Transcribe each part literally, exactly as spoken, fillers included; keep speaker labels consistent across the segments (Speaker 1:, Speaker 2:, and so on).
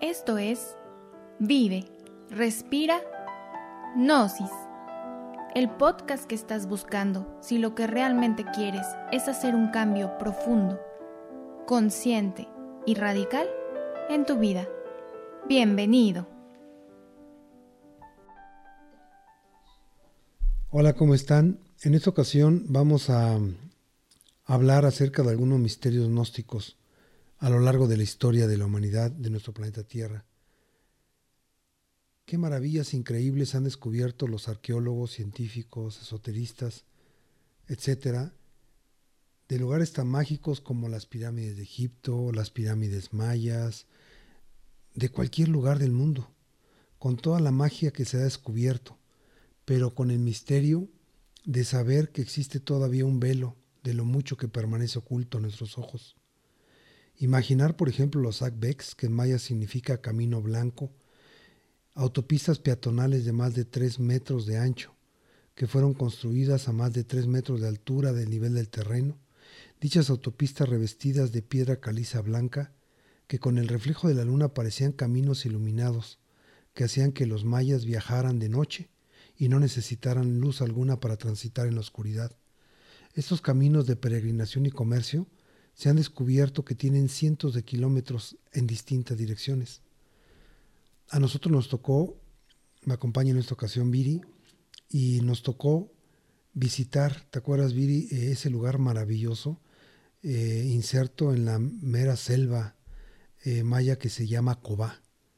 Speaker 1: Esto es Vive, Respira, Gnosis, el podcast que estás buscando si lo que realmente quieres es hacer un cambio profundo, consciente y radical en tu vida. Bienvenido.
Speaker 2: Hola, ¿cómo están? En esta ocasión vamos a hablar acerca de algunos misterios gnósticos a lo largo de la historia de la humanidad de nuestro planeta Tierra. Qué maravillas increíbles han descubierto los arqueólogos, científicos, esoteristas, etcétera, de lugares tan mágicos como las pirámides de Egipto, las pirámides mayas, de cualquier lugar del mundo, con toda la magia que se ha descubierto, pero con el misterio de saber que existe todavía un velo de lo mucho que permanece oculto a nuestros ojos. Imaginar, por ejemplo, los Akbeks, que en maya significa camino blanco, autopistas peatonales de más de tres metros de ancho, que fueron construidas a más de tres metros de altura del nivel del terreno, dichas autopistas revestidas de piedra caliza blanca, que con el reflejo de la luna parecían caminos iluminados, que hacían que los mayas viajaran de noche y no necesitaran luz alguna para transitar en la oscuridad. Estos caminos de peregrinación y comercio se han descubierto que tienen cientos de kilómetros en distintas direcciones. A nosotros nos tocó, me acompaña en esta ocasión Viri, y nos tocó visitar, ¿te acuerdas, Viri? Eh, ese lugar maravilloso, eh, inserto en la mera selva eh, maya que se llama Cobá.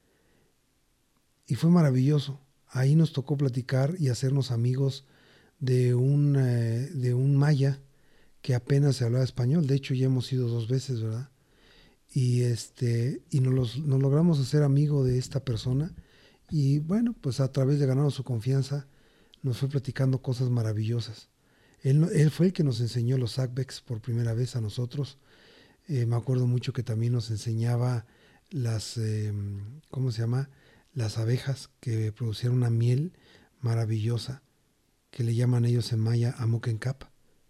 Speaker 2: Y fue maravilloso. Ahí nos tocó platicar y hacernos amigos de un, eh, de un maya que apenas se hablaba español. De hecho, ya hemos ido dos veces, ¿verdad? Y, este, y nos, los, nos logramos hacer amigo de esta persona. Y bueno, pues a través de ganarnos su confianza, nos fue platicando cosas maravillosas. Él, él fue el que nos enseñó los Akbeks por primera vez a nosotros. Eh, me acuerdo mucho que también nos enseñaba las, eh, ¿cómo se llama? Las abejas que producían una miel maravillosa, que le llaman ellos en maya Amokencap.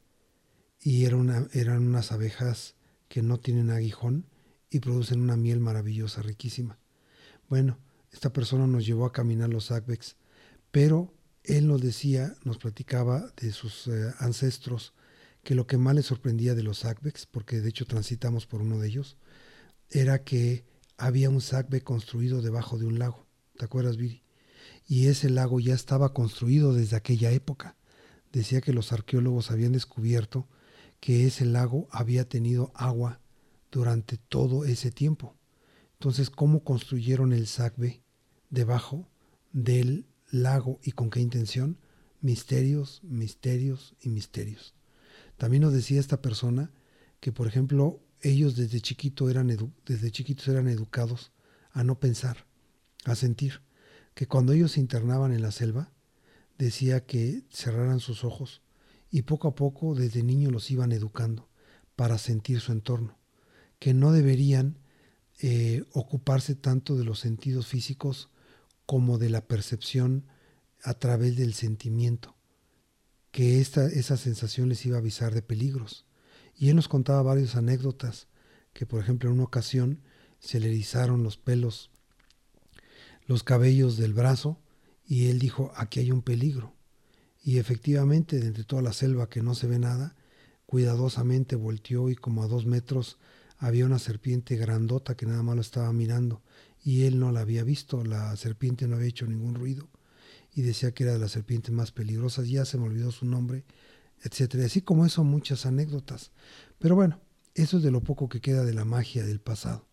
Speaker 2: Y era una, eran unas abejas que no tienen aguijón y producen una miel maravillosa, riquísima. Bueno, esta persona nos llevó a caminar los Akbeks, pero él nos decía, nos platicaba de sus eh, ancestros, que lo que más le sorprendía de los Akbeks, porque de hecho transitamos por uno de ellos, era que había un Akbek construido debajo de un lago. ¿Te acuerdas, Viri? Y ese lago ya estaba construido desde aquella época. Decía que los arqueólogos habían descubierto que ese lago había tenido agua durante todo ese tiempo. Entonces, ¿cómo construyeron el Sakbe debajo del lago y con qué intención? Misterios, misterios y misterios. También nos decía esta persona que, por ejemplo, ellos desde, chiquito eran edu- desde chiquitos eran educados a no pensar, a sentir, que cuando ellos se internaban en la selva, decía que cerraran sus ojos y poco a poco desde niños los iban educando para sentir su entorno, que no deberían eh, ocuparse tanto de los sentidos físicos como de la percepción a través del sentimiento, que esta, esa sensación les iba a avisar de peligros. Y él nos contaba varias anécdotas, que por ejemplo en una ocasión se le erizaron los pelos, los cabellos del brazo, y él dijo, aquí hay un peligro. Y efectivamente, de entre toda la selva que no se ve nada, cuidadosamente volteó y como a dos metros había una serpiente grandota que nada más lo estaba mirando. Y él no la había visto, la serpiente no había hecho ningún ruido. Y decía que era de las serpientes más peligrosas, ya se me olvidó su nombre, etcétera. Así como eso, muchas anécdotas. Pero bueno, eso es de lo poco que queda de la magia del pasado.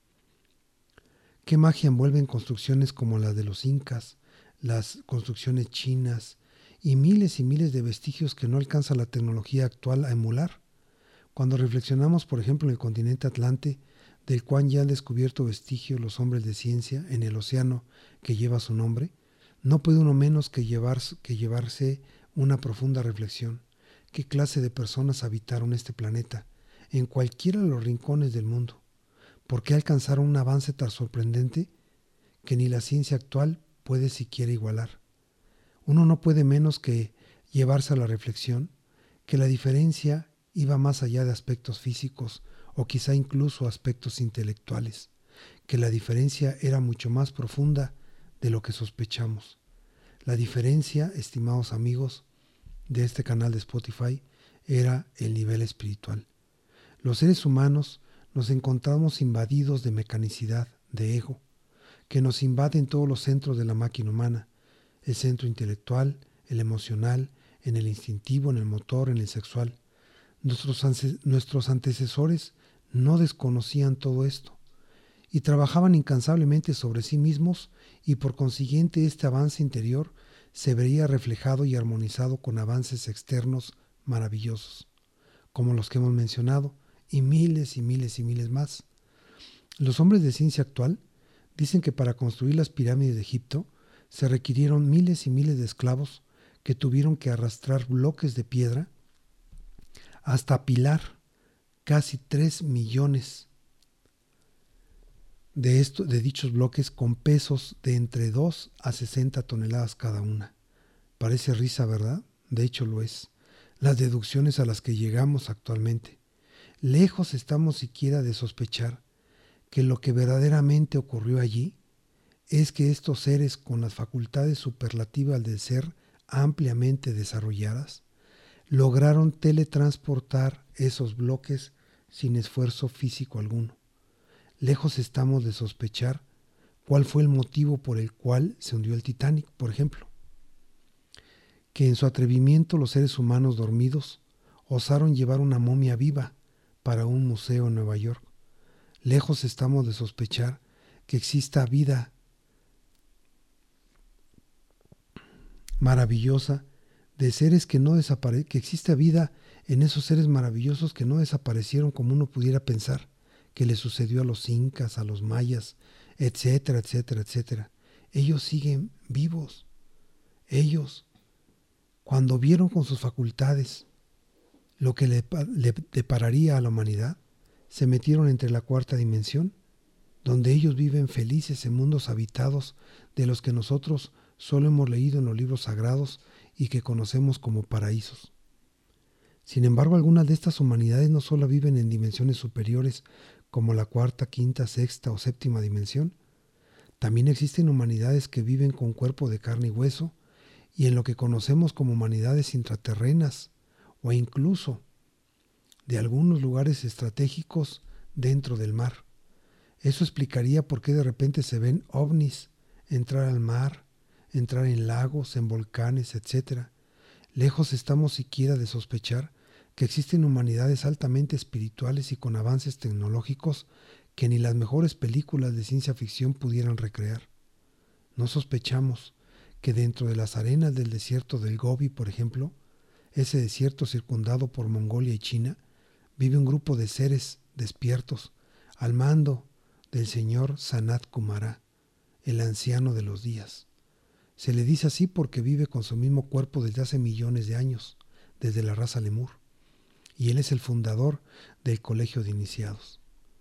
Speaker 2: ¿Qué magia envuelven construcciones como las de los incas, las construcciones chinas y miles y miles de vestigios que no alcanza la tecnología actual a emular? Cuando reflexionamos, por ejemplo, en el continente Atlante, del cual ya han descubierto vestigios los hombres de ciencia en el océano que lleva su nombre, no puede uno menos que, llevarse, que llevarse una profunda reflexión. ¿Qué clase de personas habitaron este planeta en cualquiera de los rincones del mundo? ¿Por qué alcanzaron un avance tan sorprendente que ni la ciencia actual puede siquiera igualar? Uno no puede menos que llevarse a la reflexión que la diferencia iba más allá de aspectos físicos o quizá incluso aspectos intelectuales, que la diferencia era mucho más profunda de lo que sospechamos. La diferencia, estimados amigos de este canal de Spotify, era el nivel espiritual. Los seres humanos nos encontramos invadidos de mecanicidad, de ego, que nos invaden todos los centros de la máquina humana, el centro intelectual, el emocional, en el instintivo, en el motor, en el sexual. Nuestros, ance- nuestros antecesores no desconocían todo esto y trabajaban incansablemente sobre sí mismos, y por consiguiente este avance interior se veía reflejado y armonizado con avances externos maravillosos, como los que hemos mencionado, y miles y miles y miles más. Los hombres de ciencia actual dicen que para construir las pirámides de Egipto se requirieron miles y miles de esclavos que tuvieron que arrastrar bloques de piedra hasta apilar casi tres millones de, esto, de dichos bloques con pesos de entre dos a sesenta toneladas cada una. Parece risa, ¿verdad? De hecho lo es. Las deducciones a las que llegamos actualmente. Lejos estamos siquiera de sospechar que lo que verdaderamente ocurrió allí es que estos seres con las facultades superlativas del ser ampliamente desarrolladas lograron teletransportar esos bloques sin esfuerzo físico alguno. Lejos estamos de sospechar cuál fue el motivo por el cual se hundió el Titanic, por ejemplo. Que en su atrevimiento los seres humanos dormidos osaron llevar una momia viva para un museo en Nueva York. Lejos estamos de sospechar que exista vida maravillosa de seres que no desaparecen, que exista vida en esos seres maravillosos que no desaparecieron como uno pudiera pensar que le sucedió a los incas, a los mayas, etcétera, etcétera, etcétera. Ellos siguen vivos. Ellos, cuando vieron con sus facultades lo que le, le depararía a la humanidad, se metieron entre la cuarta dimensión, donde ellos viven felices en mundos habitados de los que nosotros solo hemos leído en los libros sagrados y que conocemos como paraísos. Sin embargo, algunas de estas humanidades no solo viven en dimensiones superiores como la cuarta, quinta, sexta o séptima dimensión, también existen humanidades que viven con cuerpo de carne y hueso y en lo que conocemos como humanidades intraterrenas o incluso de algunos lugares estratégicos dentro del mar. Eso explicaría por qué de repente se ven ovnis entrar al mar, entrar en lagos, en volcanes, etcétera. Lejos estamos siquiera de sospechar que existen humanidades altamente espirituales y con avances tecnológicos que ni las mejores películas de ciencia ficción pudieran recrear. No sospechamos que dentro de las arenas del desierto del Gobi, por ejemplo, ese desierto circundado por Mongolia y China, vive un grupo de seres despiertos al mando del señor Sanat Kumara, el anciano de los días. Se le dice así porque vive con su mismo cuerpo desde hace millones de años, desde la raza lemur, y él es el fundador del colegio de iniciados.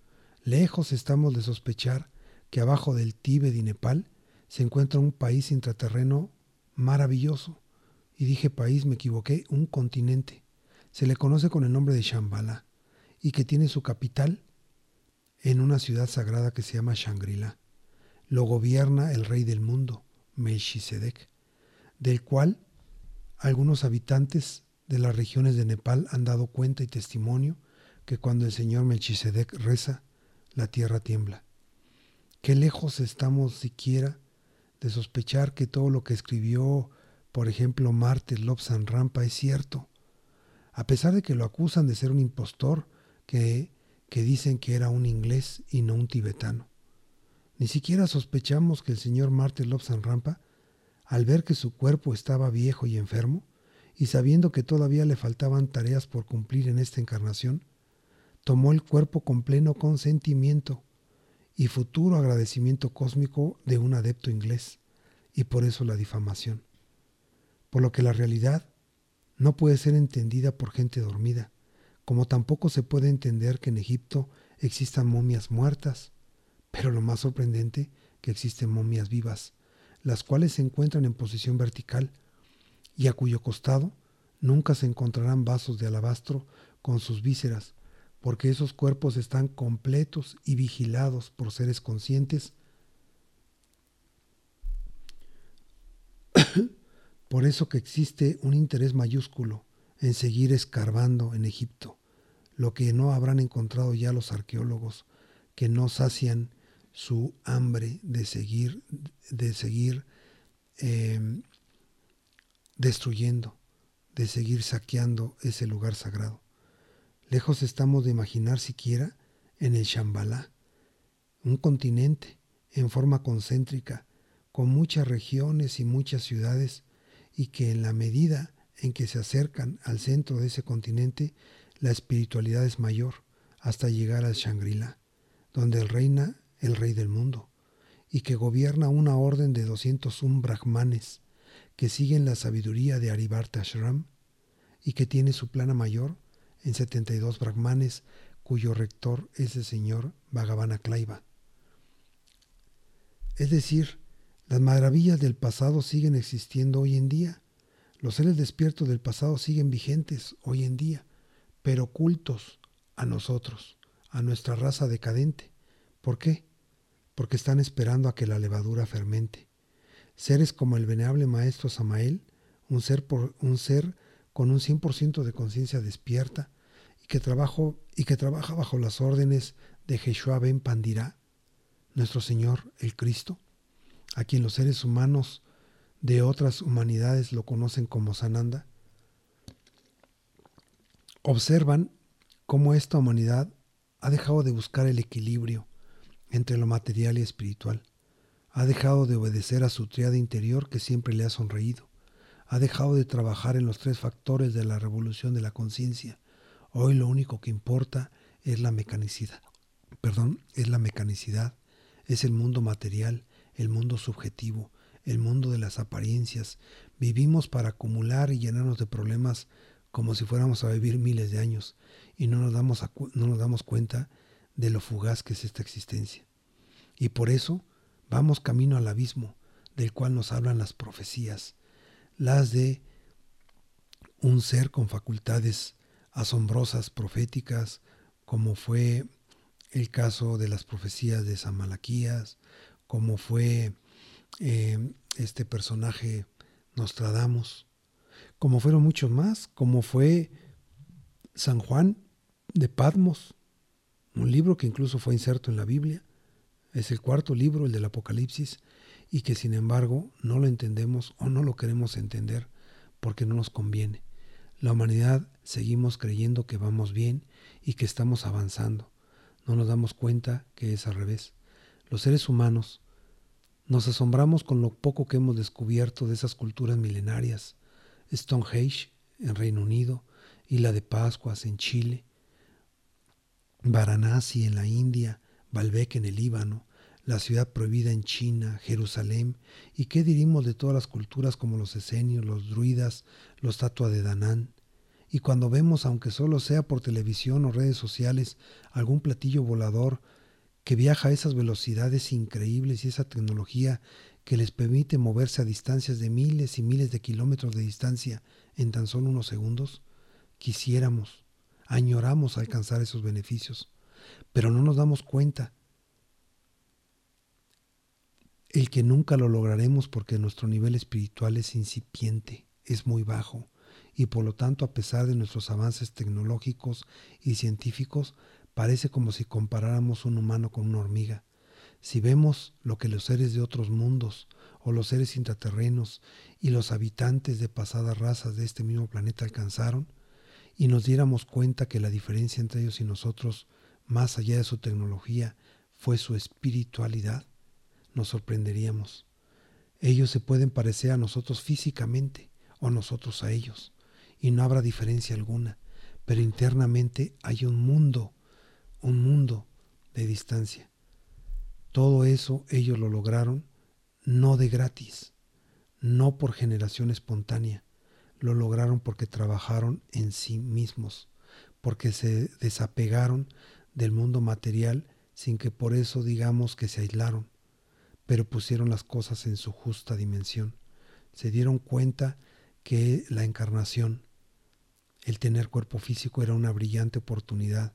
Speaker 2: Lejos estamos de sospechar que abajo del Tíbet y Nepal se encuentra un país intraterreno maravilloso, y dije país, me equivoqué, un continente. Se le conoce con el nombre de Shambhala y que tiene su capital en una ciudad sagrada que se llama Shangri-La. Lo gobierna el rey del mundo, Melchizedek, del cual algunos habitantes de las regiones de Nepal han dado cuenta y testimonio que cuando el señor Melchizedek reza, la tierra tiembla. Qué lejos estamos siquiera de sospechar que todo lo que escribió, por ejemplo, Martin Lobsang Rampa es cierto, a pesar de que lo acusan de ser un impostor, que, que dicen que era un inglés y no un tibetano. Ni siquiera sospechamos que el señor Martin Lobsang Rampa, al ver que su cuerpo estaba viejo y enfermo, y sabiendo que todavía le faltaban tareas por cumplir en esta encarnación, tomó el cuerpo con pleno consentimiento y futuro agradecimiento cósmico de un adepto inglés, y por eso la difamación. Por lo que la realidad no puede ser entendida por gente dormida, como tampoco se puede entender que en Egipto existan momias muertas, pero lo más sorprendente que existen momias vivas, las cuales se encuentran en posición vertical y a cuyo costado nunca se encontrarán vasos de alabastro con sus vísceras, porque esos cuerpos están completos y vigilados por seres conscientes. Por eso que existe un interés mayúsculo en seguir escarbando en Egipto, lo que no habrán encontrado ya los arqueólogos, que no sacian su hambre de seguir, de seguir eh, destruyendo, de seguir saqueando ese lugar sagrado. Lejos estamos de imaginar siquiera en el Shambhala, un continente en forma concéntrica, con muchas regiones y muchas ciudades, y que en la medida en que se acercan al centro de ese continente, la espiritualidad es mayor, hasta llegar al Shangri-La, donde reina el rey del mundo, y que gobierna una orden de doscientos uno brahmanes que siguen la sabiduría de Arivarta Ashram, y que tiene su plana mayor en setenta y dos brahmanes, cuyo rector es el señor Bhagavana Klaiva. Es decir, las maravillas del pasado siguen existiendo hoy en día. Los seres despiertos del pasado siguen vigentes hoy en día, pero ocultos a nosotros, a nuestra raza decadente. ¿Por qué? Porque están esperando a que la levadura fermente. Seres como el venerable maestro Samael, un ser, por, un ser con un cien por ciento de conciencia despierta y que, trabajo, y que trabaja bajo las órdenes de Yeshua ben Pandirá, nuestro Señor el Cristo, a quien los seres humanos de otras humanidades lo conocen como Sananda, observan cómo esta humanidad ha dejado de buscar el equilibrio entre lo material y espiritual, ha dejado de obedecer a su triada interior que siempre le ha sonreído, ha dejado de trabajar en los tres factores de la revolución de la conciencia. Hoy lo único que importa es la mecanicidad, perdón, es la mecanicidad, es el mundo material, el mundo subjetivo, el mundo de las apariencias. Vivimos para acumular y llenarnos de problemas como si fuéramos a vivir miles de años y no nos damos, a, no nos damos cuenta de lo fugaz que es esta existencia. Y por eso vamos camino al abismo del cual nos hablan las profecías, las de un ser con facultades asombrosas, proféticas, como fue el caso de las profecías de San Malaquías, como fue eh, este personaje Nostradamus, como fueron muchos más, como fue San Juan de Patmos, un libro que incluso fue inserto en la Biblia, es el cuarto libro, el del Apocalipsis, y que sin embargo no lo entendemos o no lo queremos entender porque no nos conviene. La humanidad seguimos creyendo que vamos bien y que estamos avanzando. No nos damos cuenta que es al revés. Los seres humanos nos asombramos con lo poco que hemos descubierto de esas culturas milenarias. Stonehenge en Reino Unido, Isla de Pascuas en Chile, Varanasi en la India, Baalbek en el Líbano, la ciudad prohibida en China, Jerusalén, y qué dirimos de todas las culturas como los esenios, los druidas, los tatua de Danán. Y cuando vemos, aunque solo sea por televisión o redes sociales, algún platillo volador que viaja a esas velocidades increíbles y esa tecnología que les permite moverse a distancias de miles y miles de kilómetros de distancia en tan solo unos segundos, quisiéramos, añoramos alcanzar esos beneficios, pero no nos damos cuenta el que nunca lo lograremos porque nuestro nivel espiritual es incipiente, es muy bajo, y por lo tanto, a pesar de nuestros avances tecnológicos y científicos, parece como si comparáramos un humano con una hormiga. Si vemos lo que los seres de otros mundos o los seres intraterrenos y los habitantes de pasadas razas de este mismo planeta alcanzaron, y nos diéramos cuenta que la diferencia entre ellos y nosotros, más allá de su tecnología, fue su espiritualidad, nos sorprenderíamos. Ellos se pueden parecer a nosotros físicamente o nosotros a ellos, y no habrá diferencia alguna, pero internamente hay un mundo, un mundo de distancia. Todo eso ellos lo lograron no de gratis, no por generación espontánea, lo lograron porque trabajaron en sí mismos, porque se desapegaron del mundo material sin que por eso digamos que se aislaron, pero pusieron las cosas en su justa dimensión. Se dieron cuenta que la encarnación, el tener cuerpo físico, era una brillante oportunidad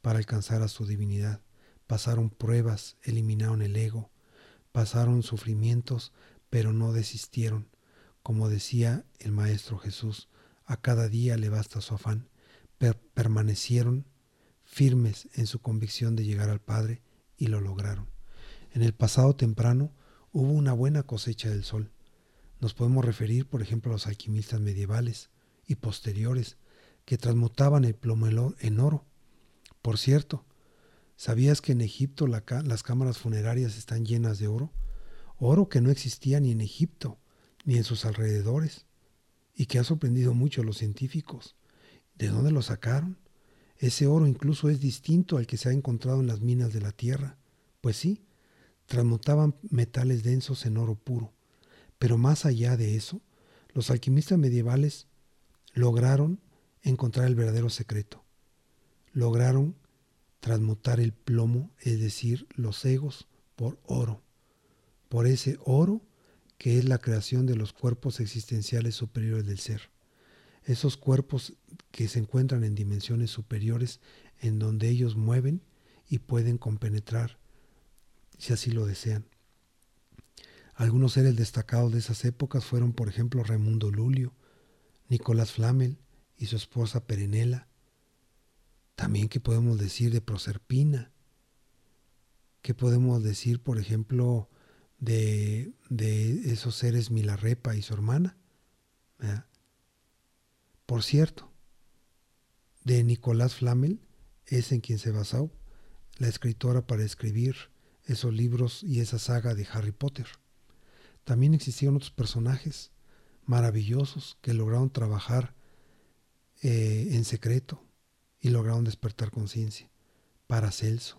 Speaker 2: para alcanzar a su divinidad. Pasaron pruebas, eliminaron el ego, pasaron sufrimientos, pero no desistieron. Como decía el Maestro Jesús, a cada día le basta su afán. Per- permanecieron firmes en su convicción de llegar al Padre y lo lograron. En el pasado temprano hubo una buena cosecha del sol. Nos podemos referir, por ejemplo, a los alquimistas medievales y posteriores que transmutaban el plomo en oro. Por cierto, ¿sabías que en Egipto la, las cámaras funerarias están llenas de oro? Oro que no existía ni en Egipto ni en sus alrededores y que ha sorprendido mucho a los científicos. ¿De dónde lo sacaron? Ese oro incluso es distinto al que se ha encontrado en las minas de la tierra. Pues sí, transmutaban metales densos en oro puro. Pero más allá de eso, los alquimistas medievales lograron encontrar el verdadero secreto. Lograron transmutar el plomo, es decir, los egos, por oro. Por ese oro que es la creación de los cuerpos existenciales superiores del ser. Esos cuerpos que se encuentran en dimensiones superiores en donde ellos mueven y pueden compenetrar, si así lo desean. Algunos seres destacados de esas épocas fueron, por ejemplo, Raimundo Lulio, Nicolás Flamel y su esposa Perenela. También, ¿qué podemos decir de Proserpina? ¿Qué podemos decir, por ejemplo, de, de esos seres Milarepa y su hermana? ¿Verdad? Por cierto, de Nicolás Flamel es en quien se basó la escritora para escribir esos libros y esa saga de Harry Potter. También existieron otros personajes maravillosos que lograron trabajar eh, en secreto y lograron despertar conciencia. Paracelso.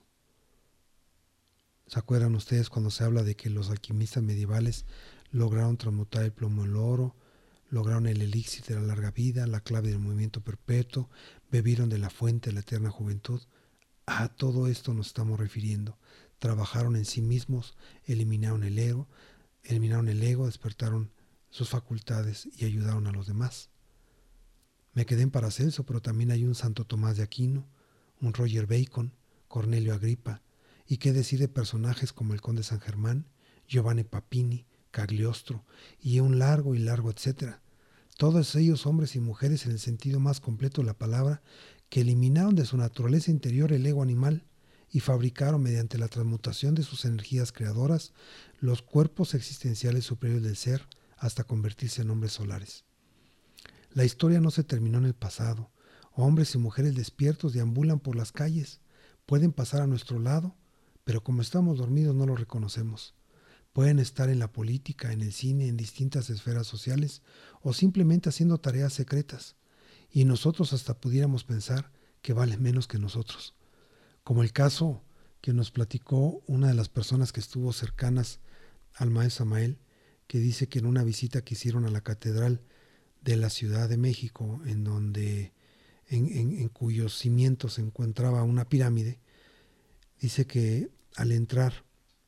Speaker 2: ¿Se acuerdan ustedes cuando se habla de que los alquimistas medievales lograron transmutar el plomo en oro, lograron el elixir de la larga vida, la clave del movimiento perpetuo, bebieron de la fuente de la eterna juventud? A todo esto nos estamos refiriendo. Trabajaron en sí mismos, eliminaron el ego, eliminaron el ego, despertaron sus facultades y ayudaron a los demás. Me quedé en Paracelso, pero también hay un Santo Tomás de Aquino, un Roger Bacon, Cornelio Agripa, y qué decir de personajes como el Conde San Germán, Giovanni Papini, Cagliostro, y un largo y largo etcétera. Todos ellos hombres y mujeres en el sentido más completo de la palabra, que eliminaron de su naturaleza interior el ego animal y fabricaron mediante la transmutación de sus energías creadoras los cuerpos existenciales superiores del ser hasta convertirse en hombres solares. La historia no se terminó en el pasado. Hombres y mujeres despiertos deambulan por las calles, pueden pasar a nuestro lado, pero como estamos dormidos no lo reconocemos. Pueden estar en la política, en el cine, en distintas esferas sociales o simplemente haciendo tareas secretas. Y nosotros hasta pudiéramos pensar que valen menos que nosotros. Como el caso que nos platicó una de las personas que estuvo cercanas al maestro Samael, que dice que en una visita que hicieron a la catedral de la Ciudad de México, en donde en, en, en cuyos cimientos se encontraba una pirámide, dice que al entrar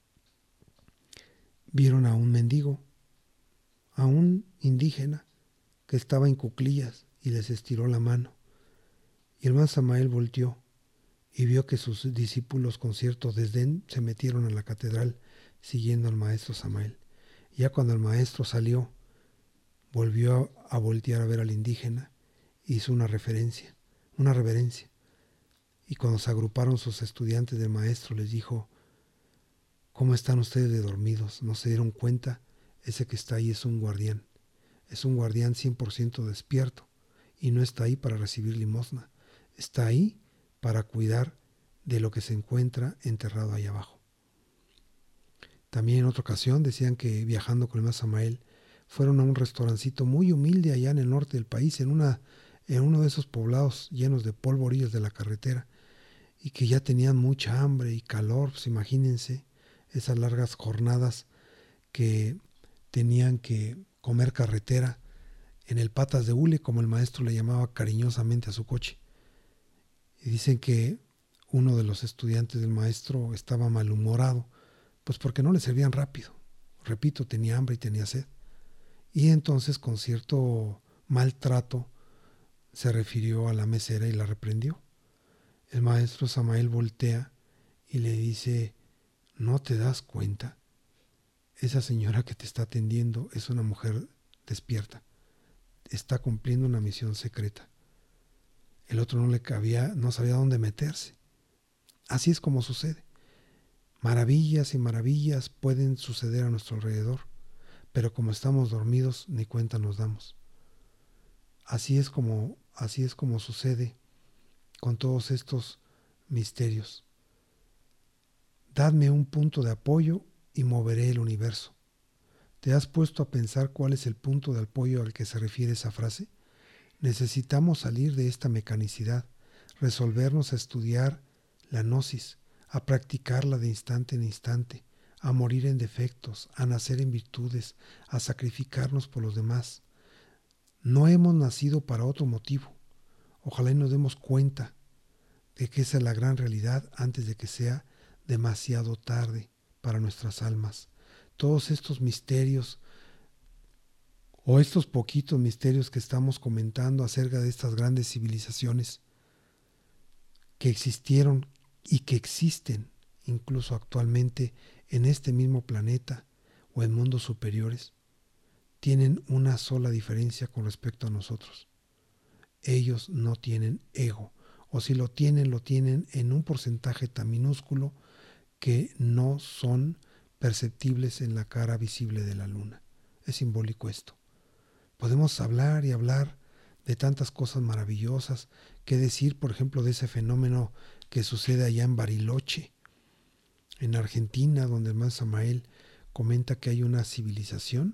Speaker 2: vieron a un mendigo, a un indígena que estaba en cuclillas y les estiró la mano. Y el maestro Samael volteó y vio que sus discípulos con cierto desdén se metieron a la catedral siguiendo al maestro Samael. Ya cuando el maestro salió, volvió a, a voltear a ver al indígena, hizo una referencia, una reverencia. Y cuando se agruparon sus estudiantes del maestro, les dijo: ¿cómo están ustedes de dormidos? ¿No se dieron cuenta? Ese que está ahí es un guardián. Es un guardián cien por ciento despierto y no está ahí para recibir limosna. Está ahí para cuidar de lo que se encuentra enterrado ahí abajo. También en otra ocasión decían que viajando con el maestro Samael fueron a un restaurancito muy humilde allá en el norte del país, en, una, en uno de esos poblados llenos de polvo, orillas de la carretera, y que ya tenían mucha hambre y calor. Pues imagínense esas largas jornadas que tenían que comer carretera en el patas de hule, como el maestro le llamaba cariñosamente a su coche. Y dicen que uno de los estudiantes del maestro estaba malhumorado, pues porque no le servían rápido. Repito, tenía hambre y tenía sed. Y entonces con cierto maltrato se refirió a la mesera y la reprendió. El maestro Samael voltea y le dice, ¿no te das cuenta? Esa señora que te está atendiendo es una mujer despierta. Está cumpliendo una misión secreta. El otro no le cabía, no sabía dónde meterse. Así es como sucede. Maravillas y maravillas pueden suceder a nuestro alrededor, pero como estamos dormidos, ni cuenta nos damos. Así es como, así es como sucede con todos estos misterios. Dadme un punto de apoyo y moveré el universo. ¿Te has puesto a pensar cuál es el punto de apoyo al que se refiere esa frase? Necesitamos salir de esta mecanicidad, resolvernos a estudiar la gnosis, a practicarla de instante en instante, a morir en defectos, a nacer en virtudes, a sacrificarnos por los demás. No hemos nacido para otro motivo. Ojalá y nos demos cuenta de que esa es la gran realidad antes de que sea demasiado tarde para nuestras almas. Todos estos misterios o estos poquitos misterios que estamos comentando acerca de estas grandes civilizaciones que existieron y que existen incluso actualmente en este mismo planeta o en mundos superiores, tienen una sola diferencia con respecto a nosotros. Ellos no tienen ego, o si lo tienen, lo tienen en un porcentaje tan minúsculo que no son perceptibles en la cara visible de la luna. Es simbólico esto. Podemos hablar y hablar de tantas cosas maravillosas, que decir, por ejemplo, de ese fenómeno que sucede allá en Bariloche, en Argentina, donde el maestro Samael comenta que hay una civilización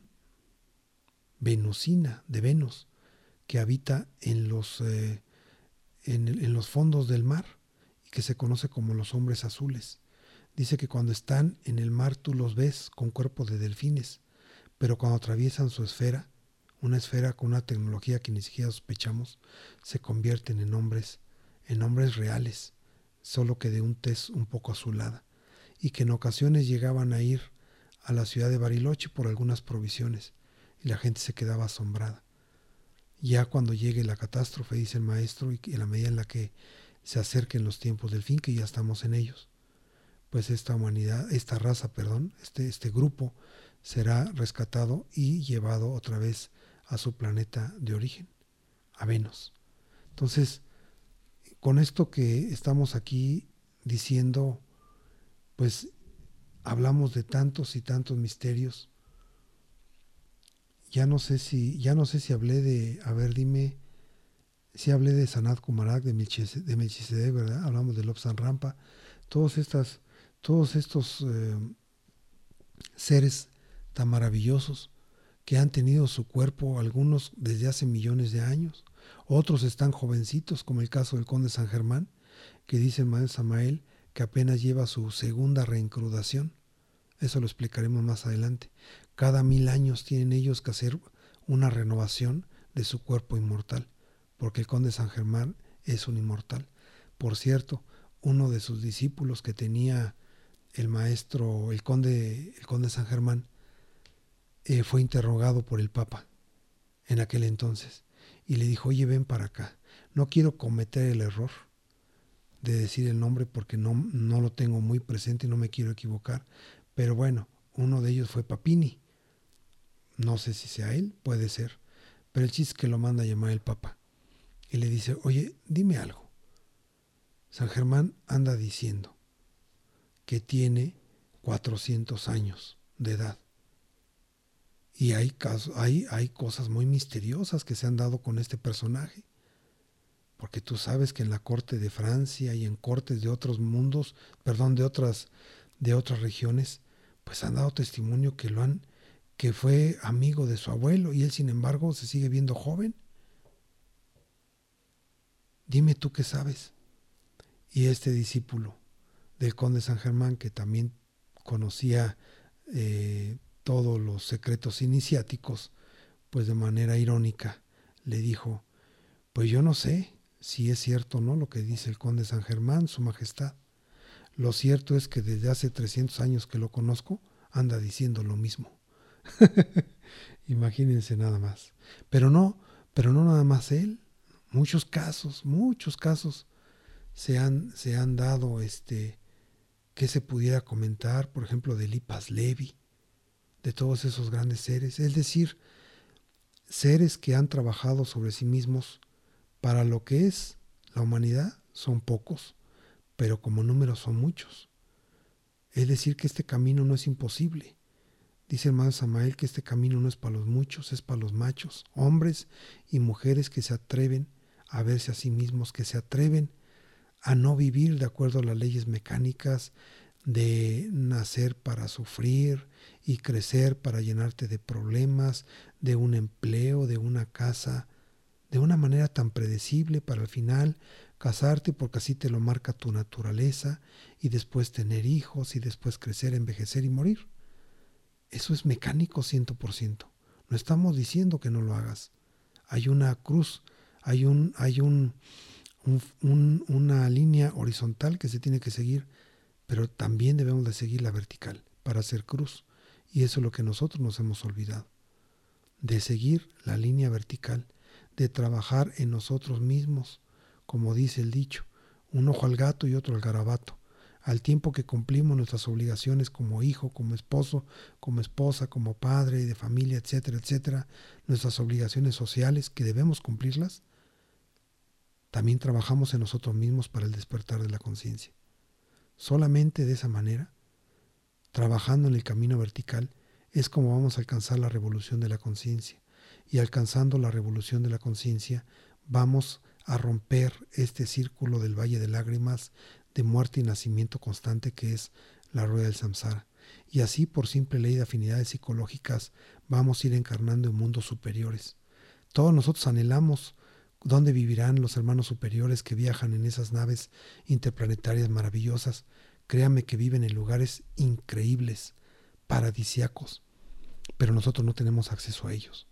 Speaker 2: venusina, de Venus, que habita en los, eh, en, en los fondos del mar y que se conoce como los hombres azules. Dice que cuando están en el mar tú los ves con cuerpo de delfines, pero cuando atraviesan su esfera, una esfera con una tecnología que ni siquiera sospechamos, se convierten en hombres, en hombres reales, solo que de un tez un poco azulada, y que en ocasiones llegaban a ir a la ciudad de Bariloche por algunas provisiones, y la gente se quedaba asombrada. Ya cuando llegue la catástrofe, dice el maestro, y en la medida en la que se acerquen los tiempos del fin, que ya estamos en ellos, pues esta humanidad, esta raza, perdón, este, este grupo será rescatado y llevado otra vez a su planeta de origen, a Venus. Entonces, con esto que estamos aquí diciendo, pues hablamos de tantos y tantos misterios. Ya no sé si, ya no sé si hablé de, a ver, dime, si hablé de Sanat Kumarak, de Melchizedek, ¿verdad? Hablamos de Lobsang Rampa, todos estas, todos estos eh, seres tan maravillosos que han tenido su cuerpo, algunos desde hace millones de años, otros están jovencitos, como el caso del conde San Germán, que dice el maestro Samael que apenas lleva su segunda reencrudación. Eso lo explicaremos más adelante. Cada mil años tienen ellos que hacer una renovación de su cuerpo inmortal, porque el conde San Germán es un inmortal. Por cierto, uno de sus discípulos que tenía el maestro, el conde, el conde San Germán, eh, fue interrogado por el Papa en aquel entonces y le dijo, oye, ven para acá, no quiero cometer el error de decir el nombre porque no, no lo tengo muy presente y no me quiero equivocar, pero bueno, uno de ellos fue Papini, no sé si sea él, puede ser, pero el chiste es que lo manda a llamar el Papa y le dice, oye, dime algo, San Germán anda diciendo que tiene cuatrocientos años de edad y hay, casos, hay, hay cosas muy misteriosas que se han dado con este personaje, porque tú sabes que en la corte de Francia y en cortes de otros mundos, perdón, de otras, de otras regiones, pues han dado testimonio que lo han, que fue amigo de su abuelo y él sin embargo se sigue viendo joven. Dime tú qué sabes. Y este discípulo del conde San Germán, que también conocía eh, todos los secretos iniciáticos, pues de manera irónica le dijo, pues yo no sé si es cierto o no lo que dice el conde San Germán, su majestad. Lo cierto es que desde hace trescientos años que lo conozco, anda diciendo lo mismo. Imagínense nada más. Pero no, pero no nada más él. Muchos casos, muchos casos se han, se han dado, este, que se pudiera comentar, por ejemplo, de Lipas Levi, de todos esos grandes seres, es decir, seres que han trabajado sobre sí mismos para lo que es la humanidad, son pocos, pero como números son muchos. Es decir, que este camino no es imposible. Dice el maestro Samael que este camino no es para los muchos, es para los machos, hombres y mujeres que se atreven a verse a sí mismos, que se atreven a no vivir de acuerdo a las leyes mecánicas de nacer para sufrir y crecer para llenarte de problemas, de un empleo, de una casa, de una manera tan predecible para al final casarte porque así te lo marca tu naturaleza y después tener hijos y después crecer, envejecer y morir. Eso es mecánico cien por ciento. No estamos diciendo que no lo hagas. Hay una cruz, hay un, hay un, un, un, una línea horizontal que se tiene que seguir, pero también debemos de seguir la vertical para hacer cruz. Y eso es lo que nosotros nos hemos olvidado. De seguir la línea vertical, de trabajar en nosotros mismos, como dice el dicho, un ojo al gato y otro al garabato. Al tiempo que cumplimos nuestras obligaciones como hijo, como esposo, como esposa, como padre de familia, etcétera, etcétera, nuestras obligaciones sociales que debemos cumplirlas, también trabajamos en nosotros mismos para el despertar de la conciencia. Solamente de esa manera, trabajando en el camino vertical, es como vamos a alcanzar la revolución de la conciencia. Y alcanzando la revolución de la conciencia, vamos a romper este círculo del valle de lágrimas, de muerte y nacimiento constante que es la rueda del samsara. Y así, por simple ley de afinidades psicológicas, vamos a ir encarnando en mundos superiores. Todos nosotros anhelamos dónde vivirán los hermanos superiores que viajan en esas naves interplanetarias maravillosas. Créanme que viven en lugares increíbles, paradisíacos, pero nosotros no tenemos acceso a ellos.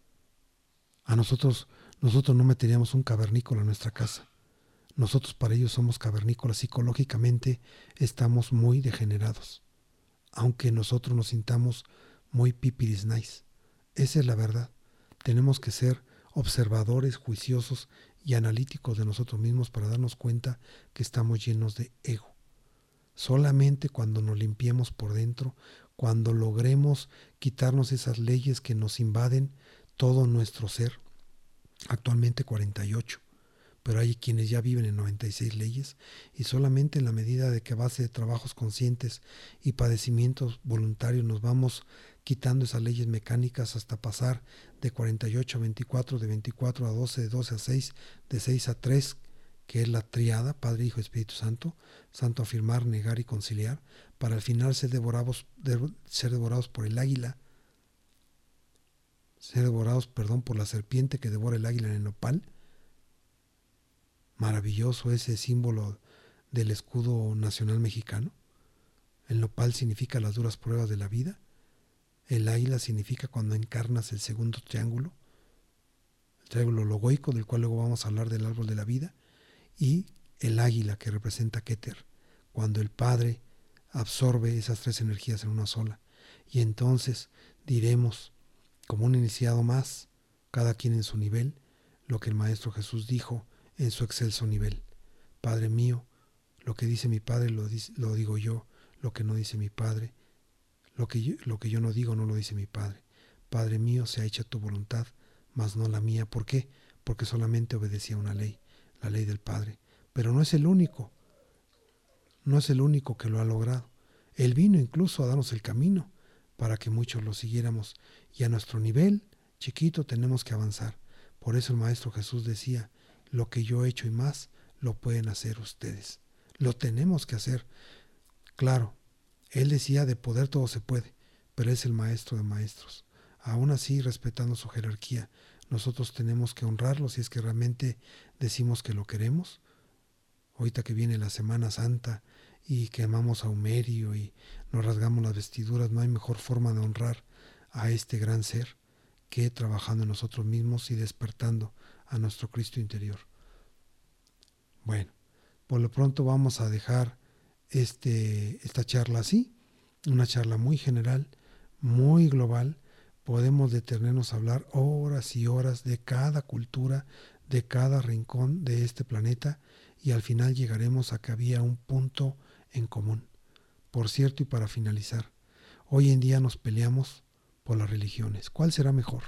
Speaker 2: A nosotros, nosotros no meteríamos un cavernícola en nuestra casa. Nosotros para ellos somos cavernícolas. Psicológicamente estamos muy degenerados, aunque nosotros nos sintamos muy pipiris nice. Esa es la verdad. Tenemos que ser observadores, juiciosos y analíticos de nosotros mismos para darnos cuenta que estamos llenos de ego. Solamente cuando nos limpiemos por dentro, cuando logremos quitarnos esas leyes que nos invaden todo nuestro ser, actualmente cuarenta y ocho, pero hay quienes ya viven en noventa y seis leyes, y solamente en la medida de que a base de trabajos conscientes y padecimientos voluntarios nos vamos quitando esas leyes mecánicas hasta pasar de cuarenta y ocho a veinticuatro, de veinticuatro a doce, de doce a seis, de seis a tres, que es la triada, Padre, Hijo, Espíritu Santo, santo afirmar, negar y conciliar, para al final ser devorados, de, ser devorados por el águila, ser devorados, perdón, por la serpiente que devora el águila en el nopal. Maravilloso ese símbolo del escudo nacional mexicano. El nopal significa las duras pruebas de la vida. El águila significa cuando encarnas el segundo triángulo, el triángulo logoico, del cual luego vamos a hablar del árbol de la vida. Y el águila, que representa Keter, cuando el Padre absorbe esas tres energías en una sola. Y entonces diremos, como un iniciado más, cada quien en su nivel, lo que el Maestro Jesús dijo en su excelso nivel. Padre mío, lo que dice mi Padre lo, dice, lo digo yo, lo que no dice mi Padre, lo que, yo, lo que yo no digo no lo dice mi Padre. Padre mío, sea hecha tu voluntad, mas no la mía. ¿Por qué? Porque solamente obedecía una ley, la ley del Padre. Pero no es el único, no es el único que lo ha logrado. Él vino incluso a darnos el camino para que muchos lo siguiéramos. Y a nuestro nivel chiquito tenemos que avanzar. Por eso el Maestro Jesús decía, lo que yo he hecho y más, lo pueden hacer ustedes. Lo tenemos que hacer. Claro, Él decía, de poder todo se puede, pero es el Maestro de Maestros. Aún así, respetando su jerarquía, nosotros tenemos que honrarlo si es que realmente decimos que lo queremos. Ahorita que viene la Semana Santa y quemamos a Humerio y nos rasgamos las vestiduras, no hay mejor forma de honrar a este gran ser que trabajando en nosotros mismos y despertando a nuestro Cristo interior. Bueno, por lo pronto vamos a dejar este, esta charla así, una charla muy general, muy global. Podemos detenernos a hablar horas y horas de cada cultura, de cada rincón de este planeta, y al final llegaremos a que había un punto en común. Por cierto, y para finalizar, hoy en día nos peleamos por las religiones. ¿Cuál será mejor?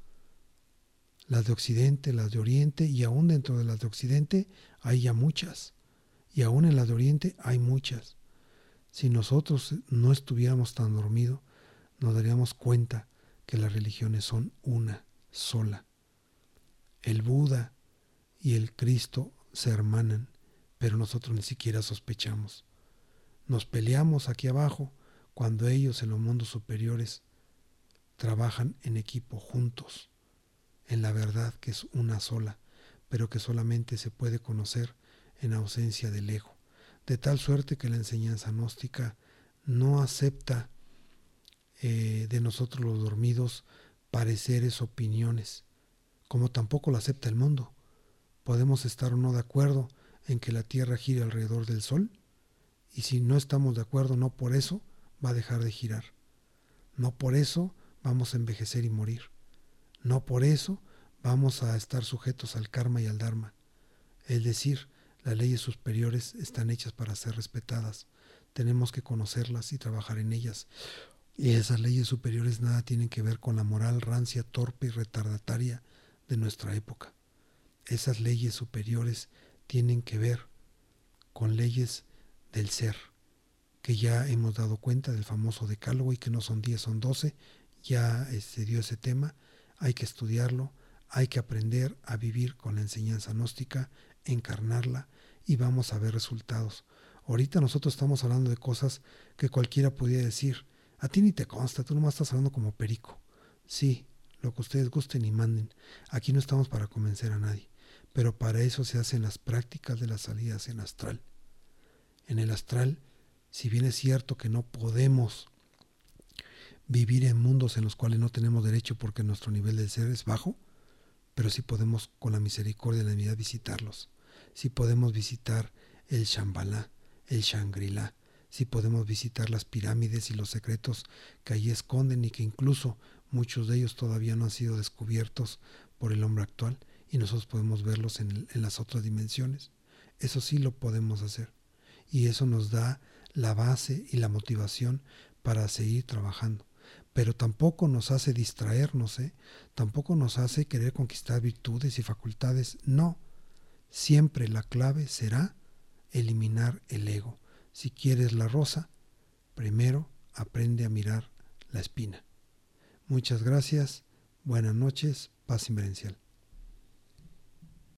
Speaker 2: Las de Occidente, las de Oriente, y aún dentro de las de Occidente hay ya muchas, y aún en las de Oriente hay muchas. Si nosotros no estuviéramos tan dormidos, nos daríamos cuenta que las religiones son una sola. El Buda y el Cristo se hermanan, pero nosotros ni siquiera sospechamos. Nos peleamos aquí abajo cuando ellos en los mundos superiores trabajan en equipo juntos, en la verdad que es una sola, pero que solamente se puede conocer en ausencia del ego, de tal suerte que la enseñanza gnóstica no acepta eh, de nosotros los dormidos pareceres, opiniones, como tampoco lo acepta el mundo. Podemos estar o no de acuerdo en que la Tierra gire alrededor del Sol, y si no estamos de acuerdo, no por eso va a dejar de girar. No por eso vamos a envejecer y morir. No por eso vamos a estar sujetos al karma y al dharma. Es decir, las leyes superiores están hechas para ser respetadas. Tenemos que conocerlas y trabajar en ellas. Y esas leyes superiores nada tienen que ver con la moral rancia, torpe y retardataria de nuestra época. Esas leyes superiores tienen que ver con leyes del ser, que ya hemos dado cuenta del famoso decálogo y que no son diez, son doce. Ya se dio ese tema, hay que estudiarlo, hay que aprender a vivir con la enseñanza gnóstica, encarnarla y vamos a ver resultados. Ahorita nosotros estamos hablando de cosas que cualquiera podría decir, a ti ni te consta, tú nomás estás hablando como perico. Sí, lo que ustedes gusten y manden. Aquí no estamos para convencer a nadie, pero para eso se hacen las prácticas de las salidas en astral. En el astral, si bien es cierto que no podemos vivir en mundos en los cuales no tenemos derecho porque nuestro nivel de ser es bajo, pero sí podemos con la misericordia de la divinidad visitarlos. Sí podemos visitar el Shambhala, el Shangri-La, sí podemos visitar las pirámides y los secretos que allí esconden y que incluso muchos de ellos todavía no han sido descubiertos por el hombre actual y nosotros podemos verlos en, el, en las otras dimensiones. Eso sí lo podemos hacer y eso nos da la base y la motivación para seguir trabajando. Pero tampoco nos hace distraernos, ¿eh? Tampoco nos hace querer conquistar virtudes y facultades. No, siempre la clave será eliminar el ego. Si quieres la rosa, primero aprende a mirar la espina. Muchas gracias, buenas noches, paz inverencial.